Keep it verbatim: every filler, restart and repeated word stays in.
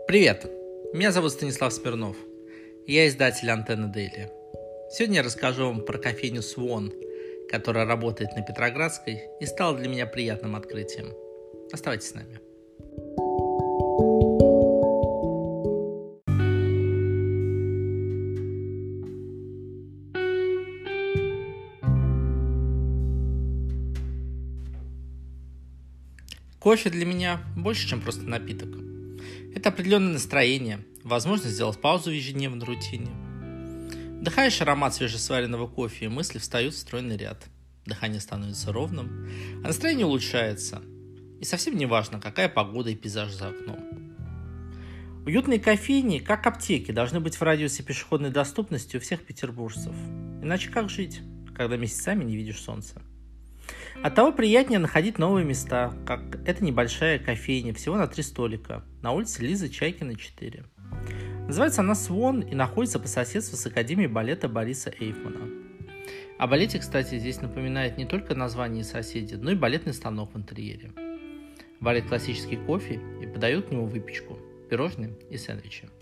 Привет, меня зовут Станислав Смирнов, я издатель Antenna Daily. Сегодня я расскажу вам про кофейню Swan, которая работает на Петроградской и стала для меня приятным открытием. Оставайтесь с нами. Кофе для меня больше, чем просто напиток. Это определенное настроение, возможность сделать паузу в ежедневной рутине. Вдыхаешь аромат свежесваренного кофе, и мысли встают в стройный ряд. Дыхание становится ровным, а настроение улучшается. И совсем не важно, какая погода и пейзаж за окном. Уютные кофейни, как аптеки, должны быть в радиусе пешеходной доступности у всех петербуржцев. Иначе как жить, когда месяцами не видишь солнца? Оттого приятнее находить новые места, как эта небольшая кофейня, всего на три столика, на улице Лизы Чайкиной, четыре. Называется она Swan и находится по соседству с Академией балета Бориса Эйфмана. О балете, кстати, здесь напоминает не только название и соседи, но и балетный станок в интерьере. Варит классический кофе и подает к нему выпечку, пирожные и сэндвичи.